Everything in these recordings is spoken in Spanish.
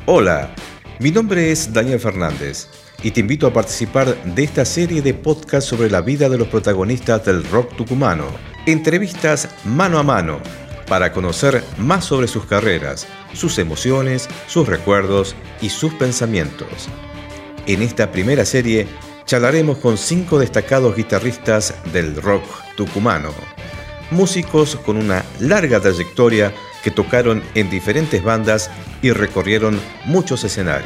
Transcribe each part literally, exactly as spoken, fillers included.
Hola, mi nombre es Daniel Fernández y te invito a participar de esta serie de podcasts sobre la vida de los protagonistas del rock tucumano. Entrevistas mano a mano para conocer más sobre sus carreras, sus emociones, sus recuerdos y sus pensamientos. En esta primera serie charlaremos con cinco destacados guitarristas del rock tucumano, músicos con una larga trayectoria que tocaron en diferentes bandas y recorrieron muchos escenarios.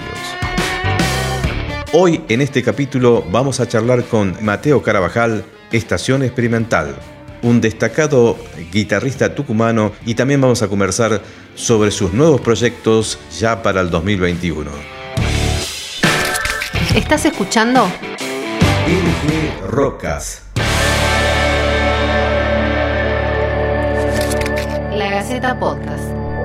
Hoy en este capítulo vamos a charlar con Mateo Carabajal, Estación Experimental, un destacado guitarrista tucumano, y también vamos a conversar sobre sus nuevos proyectos ya para el dos mil veintiuno. ¿Estás escuchando? L G Rocas. La Gaceta Podcast.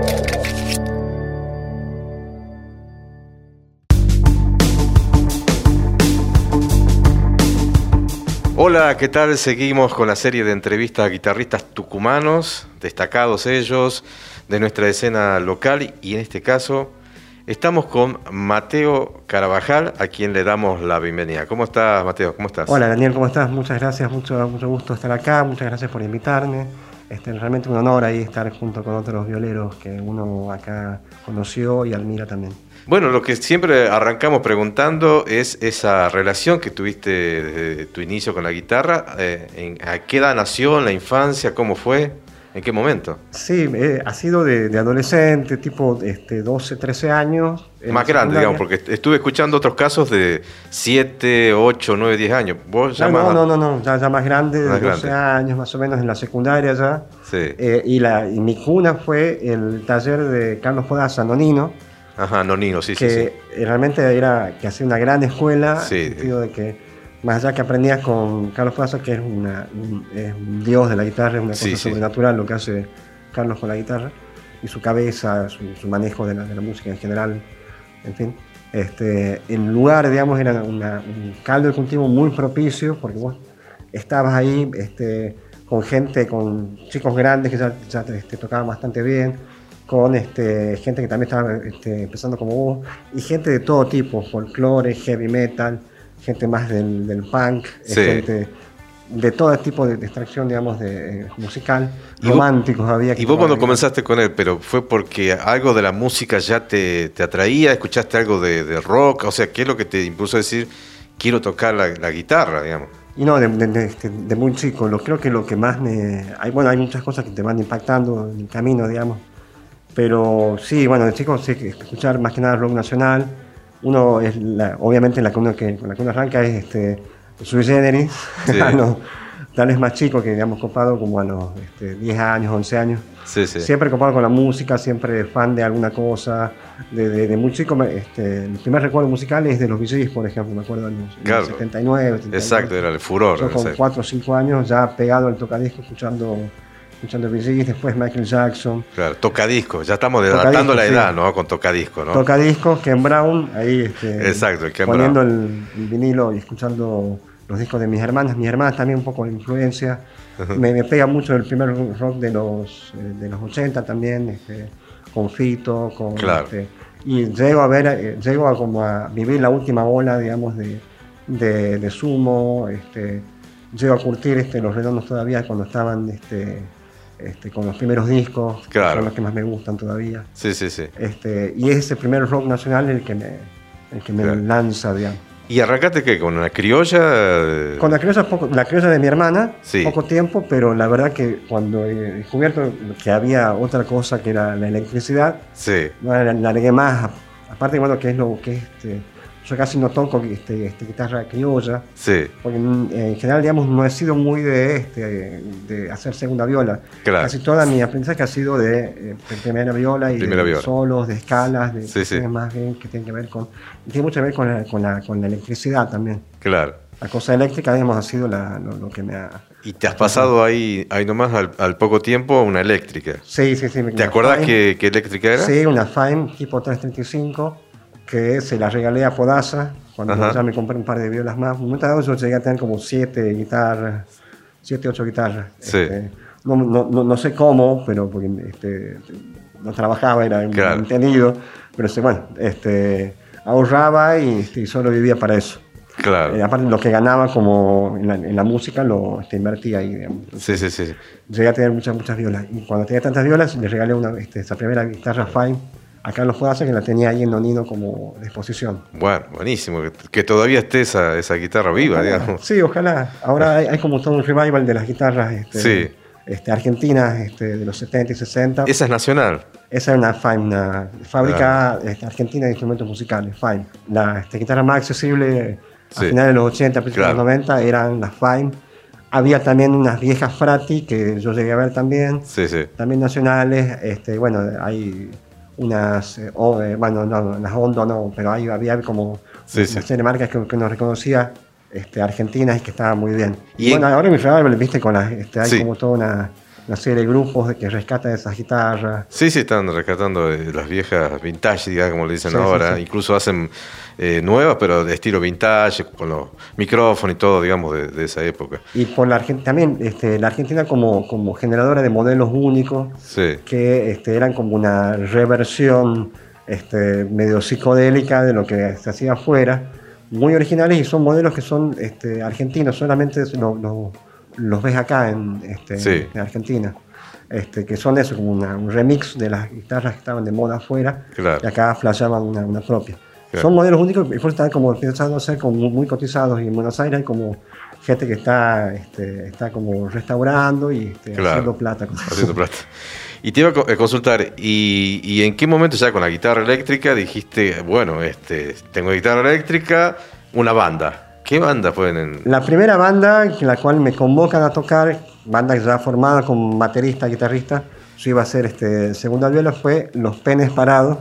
Hola, ¿qué tal? Seguimos con la serie de entrevistas a guitarristas tucumanos, destacados ellos, de nuestra escena local, y en este caso estamos con Mateo Carabajal, a quien le damos la bienvenida. ¿Cómo estás, Mateo? ¿Cómo estás? Hola, Daniel, ¿cómo estás? Muchas gracias, mucho, mucho gusto estar acá, muchas gracias por invitarme. Este, realmente un honor ahí estar junto con otros violeros que uno acá conoció y admira también. Bueno, lo que siempre arrancamos preguntando es esa relación que tuviste desde tu inicio con la guitarra. Eh, en, ¿A qué edad nació? ¿En la infancia? ¿Cómo fue? ¿En qué momento? Sí, eh, ha sido de, de adolescente, tipo este, doce, trece años. Más grande, digamos, porque estuve escuchando otros casos de siete, ocho, nueve, diez años. ¿Vos ya no, más... no, no, no, ya, ya más grande, de más doce grande. años más o menos, en la secundaria ya. Sí. Eh, y, la, y mi cuna fue el taller de Carlos Podaza, Nonino. Ajá, Nonino, sí, que sí, sí. realmente era que hacía una gran escuela, Sí. en el sentido de que más allá que aprendías con Carlos Podaza, que es, una, un, es un dios de la guitarra, es una cosa Sí, sí. sobrenatural lo que hace Carlos con la guitarra, y su cabeza, su, su manejo de la, de la música en general, en fin. Este, el lugar, digamos, era una, un caldo de cultivo muy propicio, porque vos estabas ahí este, con gente, con chicos grandes que ya, ya te, te tocaban bastante bien, con este, gente que también estaba este, empezando como vos, y gente de todo tipo, folclore, heavy metal, gente más del, del punk, Sí. gente de todo tipo de extracción, digamos, de, eh, musical, ¿Y vos- románticos había. que Y vos cuando tocaban. comenzaste con él, pero fue porque algo de la música ya te, te atraía, escuchaste algo de, de rock, o sea, ¿qué es lo que te impulsó a decir, quiero tocar la, la guitarra, digamos? Y no, de, de, de, este, de muy chico, lo, creo que lo que más me... Hay, bueno, hay muchas cosas que te van impactando en el camino, digamos, pero sí, bueno, de chico sí, escuchar más que nada rock nacional. Uno es, la, obviamente, la que uno, que, con la que uno arranca es este, Sui Generis, Sí. a los- tal vez más chico, que digamos copado como a los este, diez años, once años. Sí, sí. Siempre copado con la música, siempre fan de alguna cosa. De, de, de muy chico, me- este, el primer recuerdo musical es de los Bee Gees, por ejemplo, me acuerdo en los, en Claro. los setenta y nueve, setenta y ocho. Exacto, era el furor. Yo en con esa- cuatro o cinco años ya pegado al tocadisco, escuchando, escuchando Bee Gees, después Michael Jackson. Claro, tocadiscos, ya estamos Tocadiscos, adaptando la sí. edad, ¿no? Con tocadiscos, ¿no? Tocadiscos, Ken Brown, ahí este, Exacto, el Ken poniendo Brown. el, el vinilo y escuchando los discos de mis hermanas. Mis hermanas también un poco de influencia. Me, me pega mucho el primer rock de los, eh, de los ochenta también, este, con Fito, con... Claro. Este, y llego a ver, eh, llego a como a vivir la última ola, digamos, de, de, de Sumo, este, llego a curtir este, los Redondos todavía cuando estaban este, este, con los primeros discos, que Claro. son los que más me gustan todavía. Sí, sí, sí. Este, y es ese primer rock nacional el que me, el que me Claro. lanza, digamos. ¿Y arrancaste qué? ¿Con una criolla? Con la criolla, poco, la criolla de mi hermana, Sí. poco tiempo, pero la verdad que cuando he descubierto que había otra cosa que era la electricidad, Sí. no, la, la agregué más. Aparte, bueno, que es lo que es, este, yo casi no toco este, este, guitarra criolla, Sí, porque en, en general, digamos, no he sido muy de, este, de hacer segunda viola. Claro. Casi toda mi aprendizaje ha sido de eh, primera viola y Primera de viola. solos, de escalas, de Sí, sí. cuestiones más bien que tienen que ver con, y tiene mucho que ver con la, con la, con la electricidad también. claro. La cosa eléctrica, digamos, ha sido la, lo, lo que me ha... Y te has pasado ahí, ahí nomás al, al poco tiempo a una eléctrica. Sí, sí, sí. ¿Te acordás qué, qué eléctrica era? Sí, una Fine tipo trescientos treinta y cinco, que se la regalé a Podaza, cuando Ajá. ya me compré un par de violas más. En un momento dado yo llegué a tener como siete guitarras, siete, ocho guitarras. Sí. Este, no, no, no, no sé cómo, pero porque este, no trabajaba, era un claro. entendido, pero este, bueno, este, ahorraba y, este, y solo vivía para eso. Claro. Eh, aparte, lo que ganaba como en la, en la música lo este, invertía ahí, digamos. Sí, sí, sí. Llegué a tener muchas, muchas violas. Y cuando tenía tantas violas, le regalé una, este, esa primera guitarra Fine a Carlos Fogaza, que la tenía ahí en Nonino como de exposición. Bueno, buenísimo. Que, que todavía esté esa, esa guitarra viva, Ojalá. digamos. Sí, ojalá. Ahora hay, hay como todo un revival de las guitarras este, Sí. este, argentinas este, de los setenta y sesenta. Esa es nacional. Esa es una Fine, una fábrica este, argentina de instrumentos musicales, Fine. La este, guitarra más accesible a Sí. finales de los ochenta, principios de Claro. los noventa eran las Fine. Había también unas viejas Frati que yo llegué a ver también, Sí, sí. también nacionales. Este, bueno, hay unas, eh, o, eh, bueno, no, las Hondo no, pero hay, había como Sí, una sí. serie de marcas que, que uno reconocía este, argentinas y que estaban muy bien. Y Y bueno, en- ahora en mi revival, viste, con las, este, hay Sí. como toda una, una serie de grupos de que rescatan esas guitarras. Sí, sí, están rescatando eh, las viejas vintage, digamos, como le dicen Sí, sí, ahora. sí. Incluso hacen eh, nuevas, pero de estilo vintage, con los micrófonos y todo, digamos, de, de esa época. Y por la Argentina también, este, la Argentina como, como generadora de modelos únicos, Sí, que este, eran como una reversión este, medio psicodélica de lo que se hacía afuera, muy originales, y son modelos que son este, argentinos, solamente lo- lo- los ves acá en, este, Sí. en Argentina. Este, que son eso, como una- un remix de las guitarras que estaban de moda afuera, Claro. y acá flasheaban una, una propia. Claro. Son modelos únicos y por eso están como empezando a ser como muy, muy cotizados, y en Buenos Aires hay como gente que está, este, está como restaurando y este, Claro. haciendo plata con eso. haciendo plata. Y te iba a co- a consultar, ¿y, y en qué momento ya con la guitarra eléctrica dijiste, bueno, este, tengo guitarra eléctrica, una banda? ¿Qué banda pueden en...? La primera banda en la cual me convocan a tocar, banda ya formada con baterista, guitarrista, yo iba a ser este, segunda viola, fue Los Penes Parados,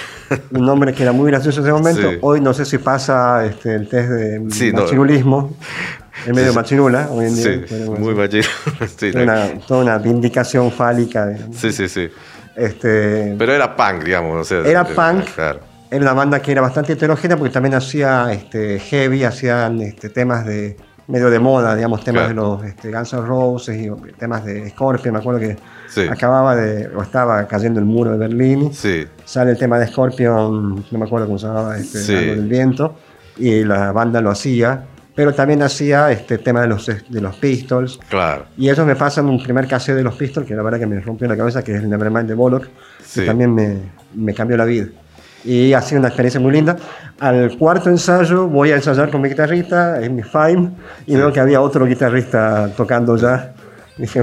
un nombre que era muy gracioso en ese momento. Sí. Hoy no sé si pasa este, el test de Sí, no. machirulismo, es medio Sí, sí. machirula hoy en día. Sí, podríamos muy decir. machito. Sí, Toda una, toda una vindicación fálica. Digamos. sí, sí, sí. Este, Pero era punk, digamos. O sea, Era eh, punk. Claro. Era una banda que era bastante heterogénea porque también hacía este, heavy, hacían este, temas de medio de moda, digamos, temas Claro. de los este, Guns N' Roses y temas de Scorpion. Me acuerdo que Sí. acababa de, o estaba cayendo el muro de Berlín. Sí, Sale el tema de Scorpion, no me acuerdo cómo se llamaba, este, Sí. algo del viento, y la banda lo hacía, pero también hacía este tema de los, de los Pistols. claro. Y ellos me pasan un primer cassette de los Pistols, que la verdad que me rompió la cabeza, que es el Nevermind de Bollock, Sí. que también me, me cambió la vida. Y ha sido una experiencia muy linda. Al cuarto ensayo voy a ensayar con mi guitarrista, en mi Fime, y Sí. veo que había otro guitarrista tocando ya. Y dije,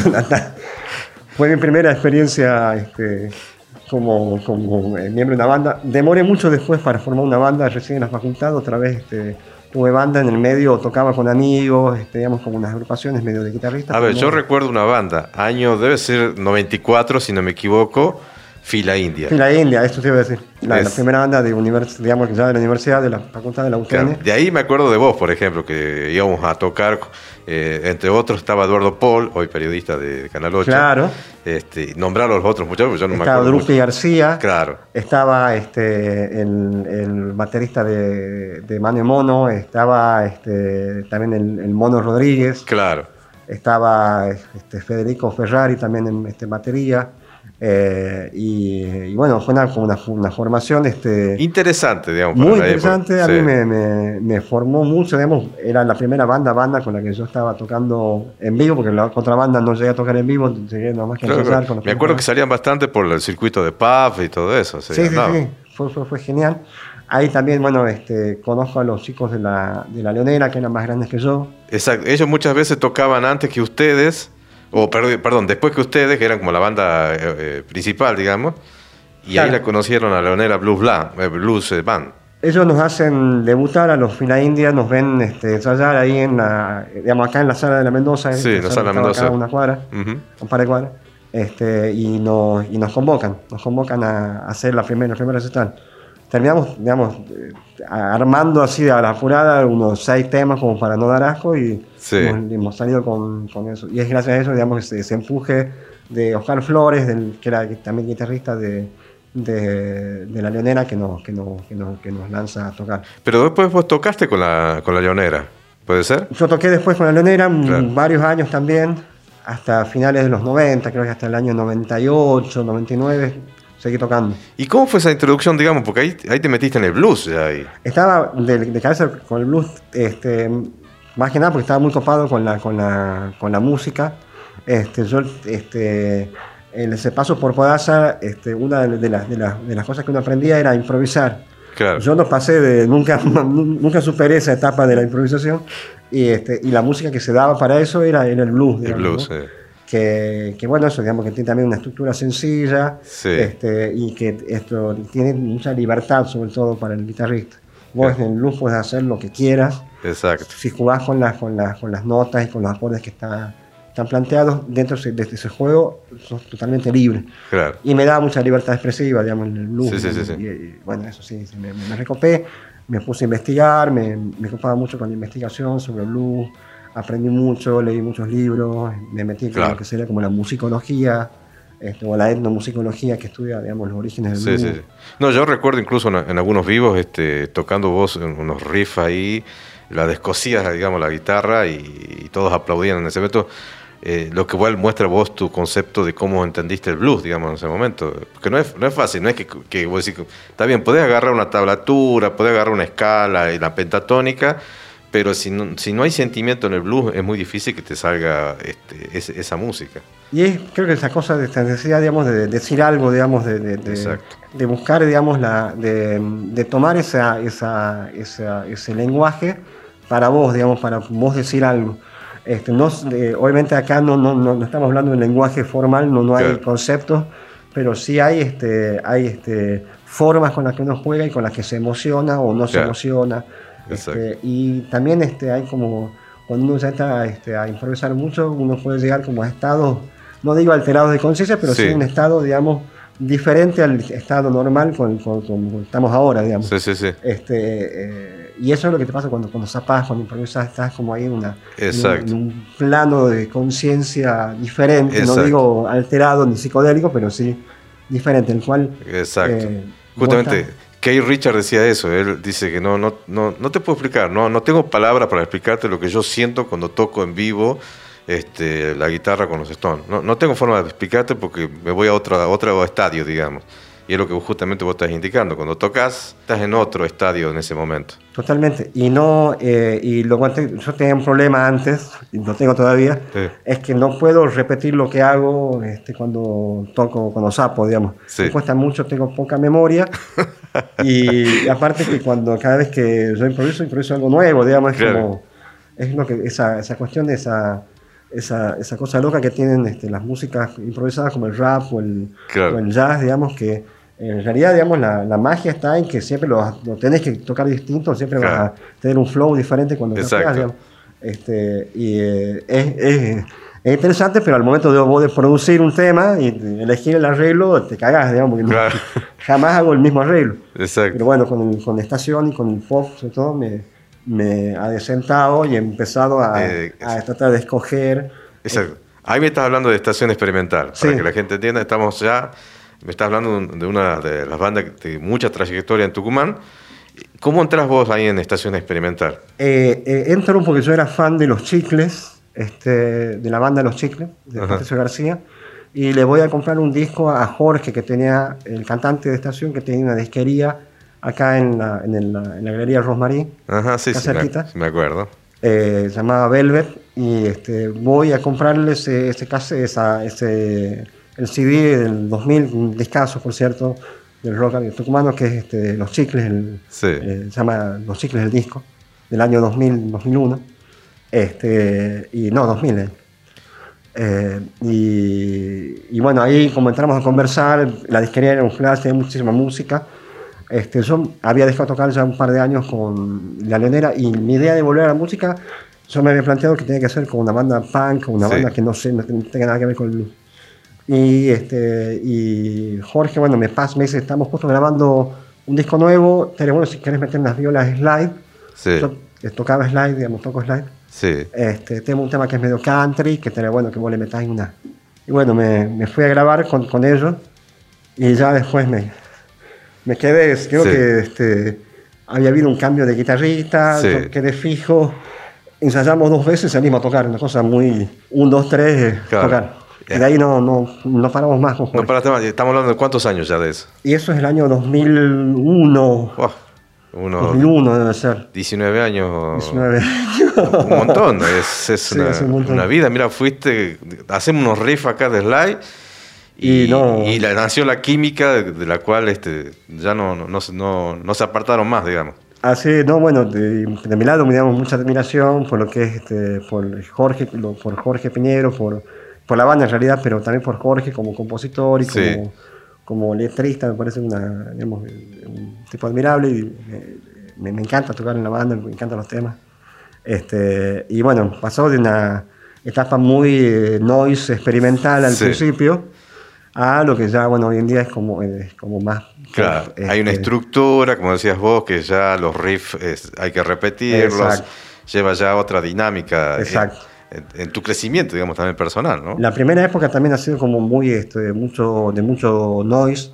fue mi primera experiencia este, como, como eh, miembro de una banda. Demoré mucho después para formar una banda, recién en la facultad, otra vez este, tuve banda en el medio, tocaba con amigos, este, digamos como unas agrupaciones medio de guitarristas. A ver, pero yo no- recuerdo una banda, año debe ser noventa y cuatro, si no me equivoco, Fila India. Sí, la India, esto te iba a decir. La, Es- la primera banda de univers, digamos que ya de la universidad, de la facultad de la U T N. Claro. De ahí me acuerdo de vos, por ejemplo, que íbamos a tocar, eh, entre otros estaba Eduardo Paul, hoy periodista de Canal ocho. Claro. Este, nombrar a los otros muchachos, yo no me Estaba acuerdo. Drupi mucho. García. Claro, Estaba este, el, el baterista de, de Mano y Mono. Estaba este, también el, el Mono Rodríguez. claro. Estaba este, Federico Ferrari también en este, batería. Eh, y, y bueno, fue una, como una, una formación este, Interesante, digamos. para muy la interesante. época. A Sí. mí me, me, me formó mucho, digamos. Era la primera banda, banda con la que yo estaba tocando en vivo, porque la otra banda no llegué a tocar en vivo, llegué nomás que a Claro, ensayar claro. con los Me acuerdo que compañeros. salían bastante por el circuito de pub y todo eso. se Sí, sí, andaba. sí, fue, fue, fue genial. Ahí también, bueno, este, conozco a los chicos de la, de la Leonera, que eran más grandes que yo. Exacto. Ellos muchas veces tocaban antes que ustedes, o perdón, perdón, después que ustedes, que eran como la banda eh, eh, principal, digamos, y Claro. ahí la conocieron a Leonera Blues, Bla- eh, Blues eh, Band. Ellos nos hacen debutar a los Fila India, nos ven este, ensayar ahí en la, digamos, acá en la sala de la Mendoza. Sí, eh, en la que sala estaba Mendoza. acá a una cuadra, Ujú. un par de cuadras. Este, y, nos, y nos convocan, nos convocan a, a hacer la primera, la primera recital. Terminamos, digamos, eh, armando así a la apurada unos seis temas como para no dar asco y Sí. hemos, hemos salido con, con eso. Y es gracias a eso, digamos, ese, ese empuje de Oscar Flores, del, que era también guitarrista de, de, de La Leonera, que nos, que, nos, que, nos, que nos lanza a tocar. Pero después vos tocaste con la, con la Leonera, ¿puede ser? Yo toqué después con La Leonera, mm, Claro. varios años también. hasta finales de los noventa, creo que hasta el año noventa y ocho, noventa y nueve, seguí tocando. ¿Y cómo fue esa introducción, digamos? Porque ahí, ahí te metiste en el blues. Ya ahí. Estaba de, de cabeza con el blues, este, más que nada porque estaba muy copado con la, con la, con la música. Este, yo, este, en ese paso por Podaza, este, una de, de, las, de, las, de las cosas que uno aprendía era improvisar. Claro. Yo no pasé de, nunca, nunca superé esa etapa de la improvisación, y, este, y la música que se daba para eso era, era el blues. Digamos, el blues, ¿no? sí. Que, que bueno, eso digamos que tiene también una estructura sencilla, sí. este, y que esto tiene mucha libertad, sobre todo para el guitarrista. Vos en el blues puedes hacer lo que quieras. Exacto. Si jugás con las, con las, con las notas y con los acordes que está, están planteados dentro de ese juego, sos totalmente libre. Claro. Y me daba mucha libertad expresiva, digamos, en el blues. Sí, sí, sí, y, sí. Y, y, bueno, eso sí, sí me, me recopé, me puse a investigar, me, me ocupaba mucho con la investigación sobre el blues. Aprendí mucho, leí muchos libros, me metí claro. en lo que sería como la musicología, este, o la etnomusicología, que estudia, digamos, los orígenes del sí, blues. Sí, sí. No, yo recuerdo incluso en, en algunos vivos este, tocando vos en unos riffs ahí, la descosías, digamos, la guitarra y, y todos aplaudían en ese momento. Eh, lo que igual muestra vos tu concepto de cómo entendiste el blues, digamos, en ese momento. Porque no es, no es fácil, no es que, que vos decís, está bien, podés agarrar una tablatura, podés agarrar una escala y la pentatónica, pero si no, si no hay sentimiento en el blues, es muy difícil que te salga este, es, esa música. Y es, creo que esa cosa de esta necesidad, digamos, de decir algo, digamos, de, de, de, de buscar, digamos, la, de, de tomar esa, esa, esa, ese lenguaje para vos, digamos, para vos decir algo. Este, no, eh, obviamente acá no, no, no, no estamos hablando de lenguaje formal, no, no hay claro. conceptos, pero sí hay, este, hay este, formas con las que uno juega y con las que se emociona o no claro. se emociona. Este, y también este, hay como, cuando uno ya está este, a improvisar mucho, uno puede llegar como a estados, no digo alterados de conciencia, pero sí. sí un estado, digamos, diferente al estado normal con, con, con, con estamos ahora, digamos. Sí, sí, sí. Este, eh, y eso es lo que te pasa cuando, cuando zapás, cuando improvisas, estás como ahí en, una, en, un, en un plano de conciencia diferente, Exacto. no digo alterado ni psicodélico, pero sí diferente, el cual... Exacto. Eh, Justamente... Keith Richards decía eso, él dice que no, no, no, no te puedo explicar, no, no tengo palabras para explicarte lo que yo siento cuando toco en vivo este, la guitarra con los Stones. No, no tengo forma de explicarte porque me voy a otro, a otro estadio, digamos. Y es lo que justamente vos estás indicando. Cuando tocas, estás en otro estadio en ese momento. Totalmente. Y no eh, y lo cual yo tenía un problema antes, y lo tengo todavía, sí. es que no puedo repetir lo que hago este, cuando toco, cuando zapo, digamos. Sí. Me cuesta mucho, tengo poca memoria. y, y aparte que cuando cada vez que yo improviso, improviso algo nuevo, digamos. Es claro. como, es lo que, esa, esa cuestión de esa... Esa, esa cosa loca que tienen este, las músicas improvisadas como el rap o el, claro. o el jazz, digamos, que en realidad, digamos, la, la magia está en que siempre lo, lo tenés que tocar distinto, siempre claro. vas a tener un flow diferente cuando tocas, digamos. Este, y eh, es, es, es interesante, pero al momento de vos de producir un tema y elegir el arreglo, te cagás, digamos, porque claro. no, jamás hago el mismo arreglo. Exacto. Pero bueno, con, con la estación y con el pop, sobre todo, me... me ha sentado y he empezado a, eh, a tratar de escoger. Exacto. Ahí me estás hablando de Estación Experimental, para sí. que la gente entienda, estamos ya, me estás hablando de una de las bandas de mucha trayectoria en Tucumán. ¿Cómo entras vos ahí en Estación Experimental? Eh, eh, entro porque yo era fan de Los Chicles, este, de la banda Los Chicles, de Patricio García, y le voy a comprar un disco a Jorge, que tenía, el cantante de Estación, que tenía una disquería acá en la, en, el, en la galería Rosmarí. Ajá, sí, sí, me, me acuerdo. Eh, se llamaba Velvet, y este, voy a comprarle ese, ese, esa, ese, el C D del dos mil, un discazo, por cierto, del rock tucumano, que es este, Los Chicles, el, sí. eh, se llama Los Chicles el disco, del año dos mil, dos mil uno. Este, y no, dos mil. Eh. Eh, y, y bueno, ahí como entramos a conversar, la disquería era un flash, tenía muchísima música. Este, yo había dejado tocar ya un par de años con La Leonera, y mi idea de volver a la música, yo me había planteado que tenía que ser con una banda punk, una sí. banda que no, sé, no tenga nada que ver con el blues. Y, este, y Jorge, bueno, me pasa, me dice, estamos justo grabando un disco nuevo, te bueno, si querés meter unas violas slide. Sí. Yo tocaba slide, digamos, toco slide. Sí. Este, tengo un tema que es medio country, que te bueno que vos le metáis una. Y bueno, me, me fui a grabar con, con ellos, y ya después me... Me quedé, creo sí. que este, había habido un cambio de guitarrista, sí. yo quedé fijo, ensayamos dos veces y salimos a tocar, una cosa muy... Un, dos, tres, eh, Claro. tocar. Yeah. Y de ahí no, no, no paramos más con Jorge. No paraste más. Estamos hablando de cuántos años ya de eso. Y eso es el año dos mil uno. Wow, unos dos mil uno debe ser. diecinueve años. diecinueve años. Un montón. Es, es Sí, una, es un montón. una vida. Mira, fuiste. Hacemos unos riffs acá de slide. Y, Y no- y la, nació la química de, de la cual este, ya no, no, no, se- no, no se apartaron más, digamos. Así, no, bueno, de, de mi lado me damos mucha admiración por lo que es este, por Jorge, lo- por Jorge Piñero, por, por la banda en realidad, pero también por Jorge como compositor y Sí. como, como letrista, me parece una, digamos, un tipo admirable y me, me encanta tocar en la banda, me encantan los temas. Este, y bueno, pasó de una etapa muy eh, noise experimental al Sí. principio a lo que ya, bueno, hoy en día es como, es como más... Claro, este, hay una estructura, como decías vos, que ya los riffs es- hay que repetirlos, Exacto. lleva ya otra dinámica en, Exacto. en- en tu crecimiento, digamos, también personal, ¿no? La primera época también ha sido como muy este, de mucho, de mucho noise.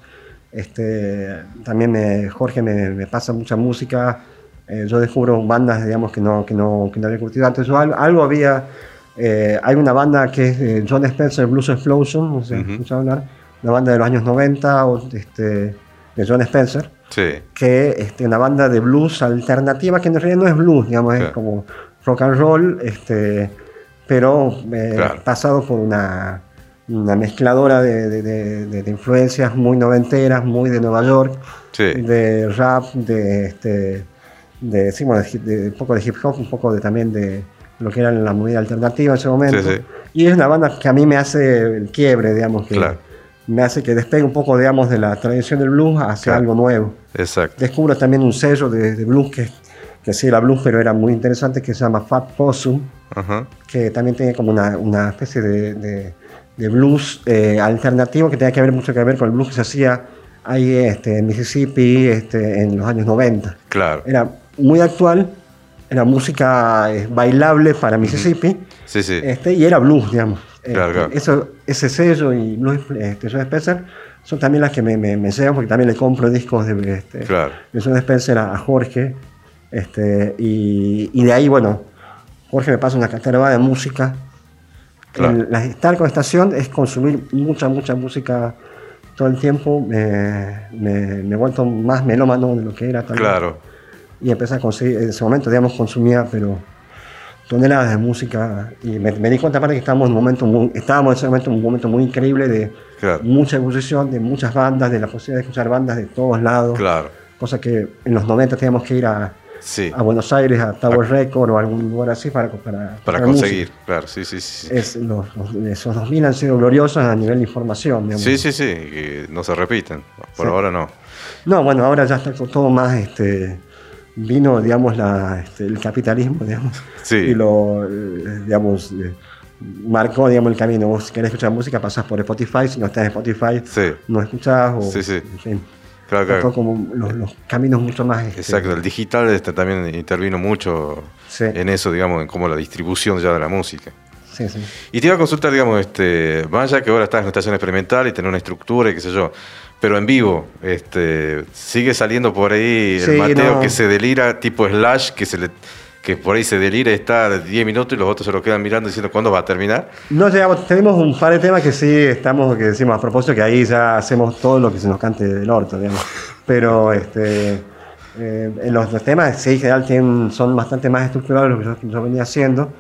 Este, también me, Jorge me, me pasa mucha música. Eh, yo descubro bandas, digamos, que no, que no, que no había curtido antes. Yo, algo, algo había. Eh, hay una banda que es eh, John Spencer Blues Explosion, no sé, Ujú. ¿escuchado hablar? Una banda de los años noventa, o, este, de John Spencer, Sí, que es este, una banda de blues alternativa, que en realidad no es blues, digamos, Claro. es como rock and roll, este, pero eh, Claro. pasado por una, una mezcladora de, de- de- de- de influencias muy noventeras, muy de Nueva York, sí, de rap, de, este, de, sí, bueno, de, hip- de un poco de hip hop, un poco de, también de lo que era la movida alternativa en ese momento. Sí, sí. Y es una banda que a mí me hace el quiebre, digamos, que Claro. me hace que despegue un poco, digamos, de la tradición del blues hacia Claro. algo nuevo. exacto. Descubro también un sello de, de blues que, que sí era blues, pero era muy interesante, que se llama Fat Possum, Ajá. que también tiene como una, una especie de, de- de blues eh, alternativo que tenía que ver mucho que ver con el blues que se hacía ahí este, en Mississippi este, en los años noventa. Claro, Era muy actual, era música eh, bailable para Mississippi, sí, sí, este, y era blues, digamos. Claro, Este, claro. Eso, ese sello y Blues este, John Spencer son también las que me, me, me llevan, porque también le compro discos de, este, claro. de John Spencer a, a Jorge. Este, y, y de ahí, bueno, Jorge me pasa una catarata de música. Claro. El- la- estar con estación es consumir mucha, mucha música todo el tiempo. Me, me, me he vuelto más melómano de lo que era también. Claro, Y empecé a conseguir, en ese momento, digamos, consumía, pero toneladas de música. Y me, me di cuenta, aparte, que estábamos en, un momento muy, estábamos en ese momento en un momento muy increíble de Claro. mucha ebullición, de muchas bandas, de la posibilidad de escuchar bandas de todos lados. claro. Cosa que en los noventa teníamos que ir a, Sí, a Buenos Aires, a Tower Record o a algún lugar así para, para, para para conseguir, música. claro, sí, sí, sí. Es, los, los- esos dos mil han sido gloriosos a nivel de información. digamos. Sí, sí, sí, que no se repiten. Por Sí. ahora no. No, bueno, ahora ya está todo más, este, vino, digamos, la, este, el capitalismo, digamos, Sí. y lo, eh, digamos, eh, marcó, digamos, el camino. Vos si querés escuchar música pasás por Spotify, si no estás en Spotify Sí, no escuchás, o, Sí, sí. en fin, claro, está todo claro. como los, los caminos mucho más... este, Exacto, el digital este, también intervino mucho Sí. en eso, digamos, en cómo la distribución ya de la música. Sí, sí. Y te iba a consultar, digamos, este, más allá que ahora estás en una estación experimental y tener una estructura y qué sé yo, pero en vivo, este, sigue saliendo por ahí el Sí, Mateo no. que se delira, tipo Slash, que se le, que por ahí se delira y está diez minutos y los otros se lo quedan mirando diciendo cuándo va a terminar. No llegamos, tenemos un par de temas que sí estamos, que decimos a propósito, que ahí ya hacemos todo lo que se nos cante del orto, digamos. Pero este, eh, en los, los temas sí, en general tienen, son bastante más estructurados de lo que yo, yo venía haciendo.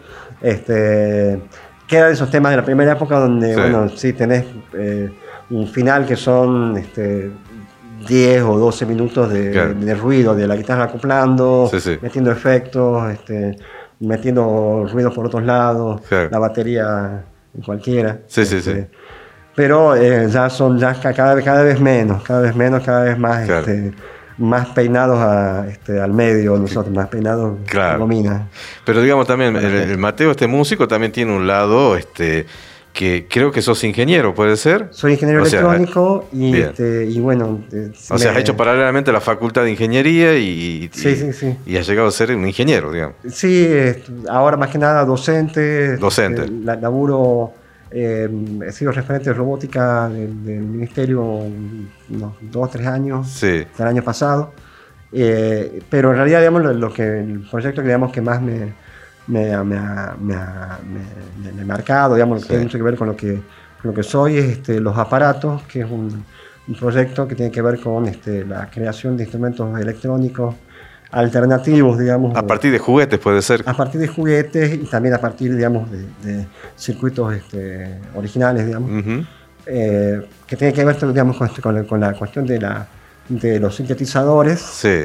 Este, quedan esos temas de la primera época donde, Sí. bueno, sí tenés eh, un final que son este, diez o doce minutos de, Claro. de ruido, de la guitarra acoplando, Sí, sí. metiendo efectos, este, metiendo ruidos por otros lados, Claro. la batería en cualquiera. Sí, sí, Este, sí. Pero eh, ya son ya ca- cada, vez- cada vez menos, cada vez menos, cada vez más, Claro. este, más peinados a, este, al medio, nosotros, más peinados Claro. a gomina. Pero digamos también, el, el Mateo, este músico, también tiene un lado, este, que creo que sos ingeniero, ¿puede ser? Soy ingeniero O sea, electrónico y, bien. este, y bueno... eh, O sea, me- has hecho paralelamente la facultad de ingeniería y, y, Sí, sí, sí. y has llegado a ser un ingeniero, digamos. Sí, eh, ahora más que nada docente. Docente. eh, la- laburo, eh, he sido referente de robótica del, del ministerio unos dos o tres años, Sí, del año pasado. Eh, pero en realidad, digamos, lo, lo que, el proyecto que, digamos, que más me, me ha, me ha, me ha, me, me ha marcado, digamos, sí. que tiene mucho que ver con lo que, con lo que soy, es este, Los Aparatos, que es un, un proyecto que tiene que ver con este, la creación de instrumentos electrónicos alternativos, digamos. A partir de juguetes puede ser. A partir de juguetes y también a partir, digamos, de, de circuitos este, originales, digamos, uh-huh. eh, que tiene que ver, digamos, con, con, con la cuestión de, la, de los sintetizadores, sí.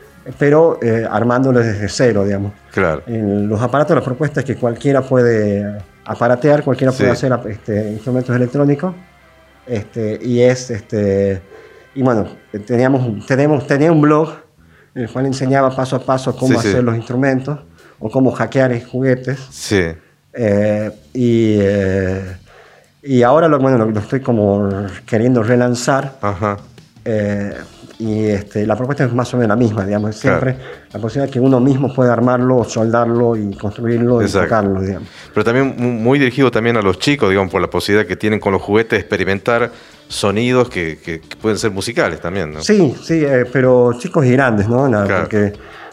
pero eh, armándolos desde cero, digamos. Claro. En Los Aparatos, la propuesta es que cualquiera puede aparatear, cualquiera puede sí. hacer este, instrumentos electrónicos, este, y es, este, y bueno, teníamos, tenemos, tenía un blog en el cual enseñaba paso a paso cómo sí, hacer sí. los instrumentos o cómo hackear juguetes. Sí. Eh, y, eh, y ahora lo, bueno, lo, lo estoy como queriendo relanzar. Ajá. Eh, y este, la propuesta es más o menos la misma, digamos, siempre claro. la posibilidad de que uno mismo pueda armarlo, soldarlo y construirlo Exacto. y tocarlo, digamos. Pero también muy dirigido también a los chicos, digamos, por la posibilidad que tienen con los juguetes de experimentar sonidos que, que, que pueden ser musicales también, ¿no? Sí, sí, eh, pero chicos y grandes, ¿no? La, claro. Porque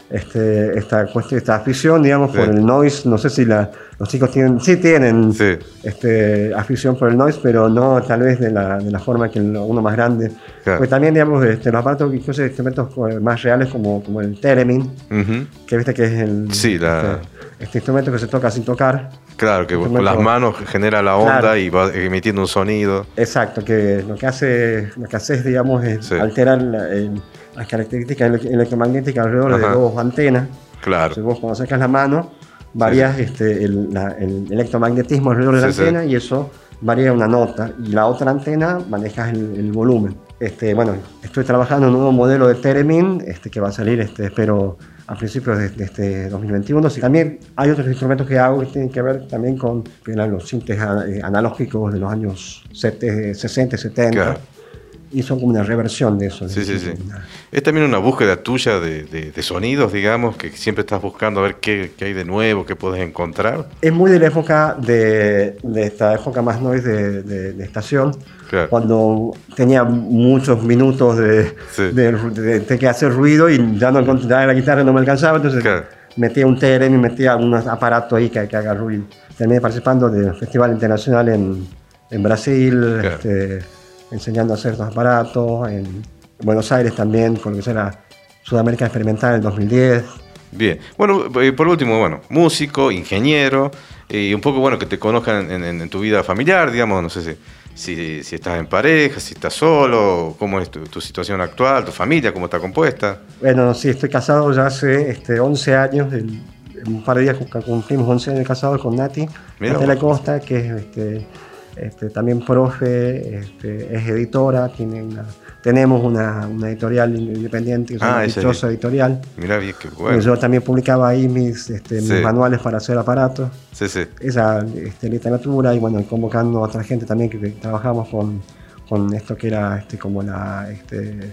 este, esta cuestión, esta afición, digamos, sí. por el noise, no sé si la, los chicos tienen, sí tienen sí. Este, afición por el noise, pero no tal vez de la, de la forma que uno más grande. Claro. Pues también, digamos, este, los aparatos, incluso instrumentos más reales como, como el theremin, uh-huh. que viste que es el sí, la... este, este instrumento que se toca sin tocar. Claro, que con las manos genera la onda claro. y va emitiendo un sonido. Exacto, que lo que hace, lo que hace es, digamos, es sí. alterar la, el, las características electromagnéticas alrededor Ajá. de dos antenas. Claro. Entonces vos cuando sacas la mano, varías sí. este, el, la, el electromagnetismo alrededor de la sí, antena sí. y eso varía una nota. Y la otra antena manejas el, el volumen. Este, bueno, estoy trabajando en un nuevo modelo de theremin este, que va a salir, este, espero, a principios de, de este dos mil veintiuno. Y también hay otros instrumentos que hago que tienen que ver también con los sintes analógicos de los años sesenta, setenta. Claro. Y son como una reversión de eso. Sí, sí, sí. Una... Es también una búsqueda tuya de, de, de sonidos, digamos, que siempre estás buscando a ver qué, qué hay de nuevo, qué puedes encontrar. Es muy de la época de, de esta época más noise de, de, de estación, claro. cuando tenía muchos minutos de, sí. de, de, de que hacer ruido y ya, no, ya la guitarra no me alcanzaba, entonces claro. metía un theremin y metía un aparato ahí que, que haga ruido. Terminé participando del Festival Internacional en, en Brasil, claro. este, enseñando a hacer estos aparatos, en Buenos Aires también, con lo que será Sudamérica Experimental en el dos mil diez. Bien, bueno, por último, bueno, músico, ingeniero, y un poco, bueno, que te conozcan en, en, en tu vida familiar, digamos, no sé si, si, si estás en pareja, si estás solo, cómo es tu, tu situación actual, tu familia, cómo está compuesta. Bueno, sí, estoy casado ya hace este, once años, el, un par de días cumplimos once años de casado con Nati, de la Costa, que es... Este, Este, también profe, este, es editora, tiene una, tenemos una, una editorial independiente, que es ah, una dichosa editorial. Mira bien, qué bueno. Yo también publicaba ahí mis, este, sí. mis manuales para hacer aparatos. Sí, sí. Esa este, literatura y bueno, convocando a otra gente también que, que trabajamos con, con esto que era este, como la, este,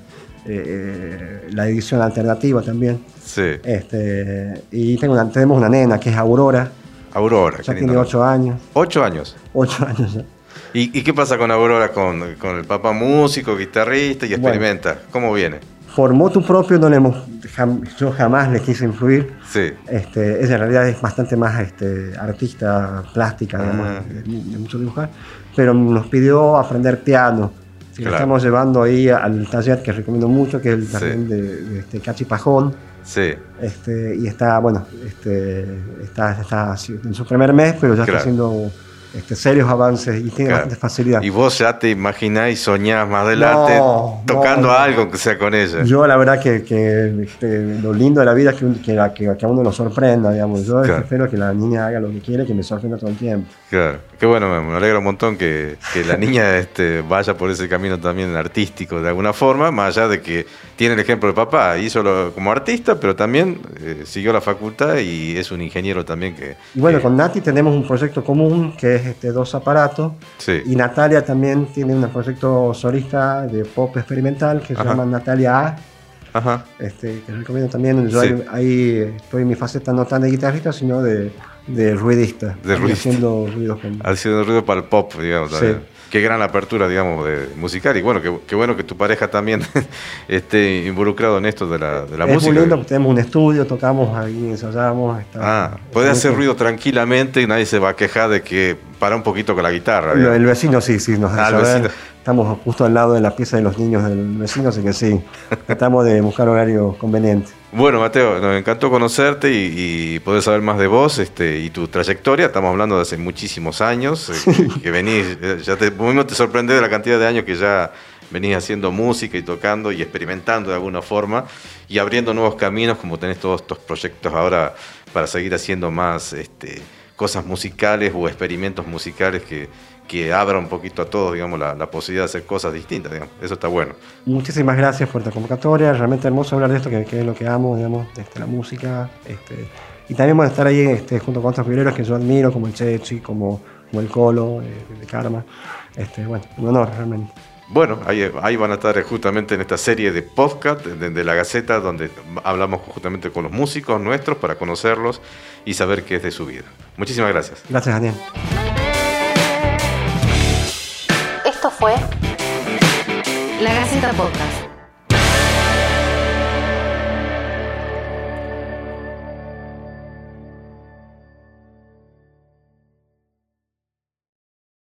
eh, la edición alternativa también. Sí. Este, y tengo una, tenemos una nena que es Aurora. Aurora. Ya tiene ocho años. ¿Ocho años? Ocho años ya. ¿Y, ¿Y qué pasa con Aurora, con, con el papá músico, guitarrista y experimenta? Bueno, ¿cómo viene? Por motu propio no le hemos, jam, yo jamás le quise influir. Sí. Este, ella en realidad es bastante más este, artista plástica, digamos, ah. de, de mucho dibujar, pero nos pidió aprender piano. Sí, claro. Lo estamos llevando ahí al taller que recomiendo mucho, que es el taller sí. de, de este, Cachi Pajón. Sí. Este, y está, bueno, este, está, está en su primer mes, pero ya claro. está haciendo este, serios avances y tiene claro. bastante facilidad. ¿Y vos ya te imaginás y soñás más adelante no, tocando no, algo que sea con ella? Yo la verdad que, que este, lo lindo de la vida es que, que, que, que a uno lo sorprenda, digamos. Yo claro. espero que la niña haga lo que quiere, que me sorprenda todo el tiempo. Claro, qué bueno, me alegra un montón que, que la niña este, vaya por ese camino también artístico de alguna forma, más allá de que tiene el ejemplo de papá, hizo lo, como artista, pero también eh, siguió la facultad y es un ingeniero también que... Y bueno, que... con Nati tenemos un proyecto común que es este, dos aparatos, sí. y Natalia también tiene un proyecto solista de pop experimental que Ajá. se llama Natalia A. Ajá. Este, que recomiendo también. Yo sí. ahí, ahí estoy en mi faceta no tan de guitarrista, sino de, de ruidista. De ruidista. Haciendo ruidos con... Haciendo ruido para el pop, digamos. Sí. qué gran apertura, digamos, de musical. Y bueno, qué, qué bueno que tu pareja también esté involucrado en esto de la, de la es música. Es muy lindo, tenemos un estudio, tocamos ahí, ensayamos. Está, ah, puede hacer ruido tranquilamente y nadie se va a quejar de que para un poquito con la guitarra. El, el vecino sí, sí, nos ah, hace el saber. vecino. Estamos justo al lado de la pieza de los niños del vecino, así que sí, tratamos de buscar horario conveniente. Bueno, Mateo, nos encantó conocerte y, y poder saber más de vos este, y tu trayectoria. Estamos hablando de hace muchísimos años, eh, que, que venís, ya te, mismo te sorprende de la cantidad de años que ya venís haciendo música y tocando y experimentando de alguna forma y abriendo nuevos caminos, como tenés todos estos proyectos ahora para seguir haciendo más este, cosas musicales o experimentos musicales que, que abra un poquito a todos, digamos, la, la posibilidad de hacer cosas distintas, digamos. Eso está bueno. Muchísimas gracias por esta convocatoria, realmente hermoso hablar de esto, que, que es lo que amo, digamos, este, la música, este, y también bueno, estar ahí este, junto con otros violeros que yo admiro, como el Chechi, como, como el Colo, eh, de Karma, este, bueno, un honor realmente. Bueno, ahí, ahí van a estar justamente en esta serie de podcast de, de La Gaceta, donde hablamos justamente con los músicos nuestros para conocerlos y saber qué es de su vida. Muchísimas gracias. Gracias, Daniel. Esto fue La Gaceta Podcast.